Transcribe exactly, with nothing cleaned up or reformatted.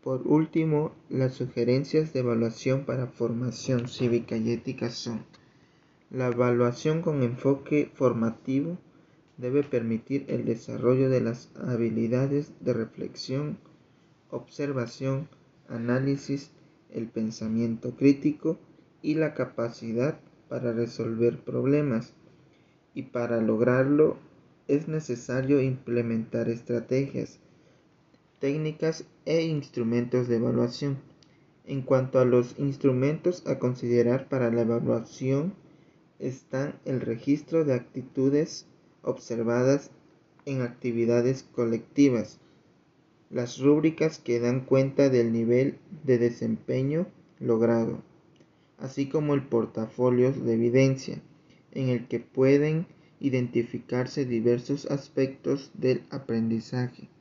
Por último, las sugerencias de evaluación para formación cívica y ética son: la evaluación con enfoque formativo debe permitir el desarrollo de las habilidades de reflexión, observación, análisis, el pensamiento crítico y la capacidad para resolver problemas, y para lograrlo es necesario implementar estrategias, técnicas e instrumentos de evaluación. En cuanto a los instrumentos a considerar para la evaluación, están el registro de actitudes observadas en actividades colectivas, las rúbricas que dan cuenta del nivel de desempeño logrado, así como el portafolio de evidencia, en el que pueden identificarse diversos aspectos del aprendizaje.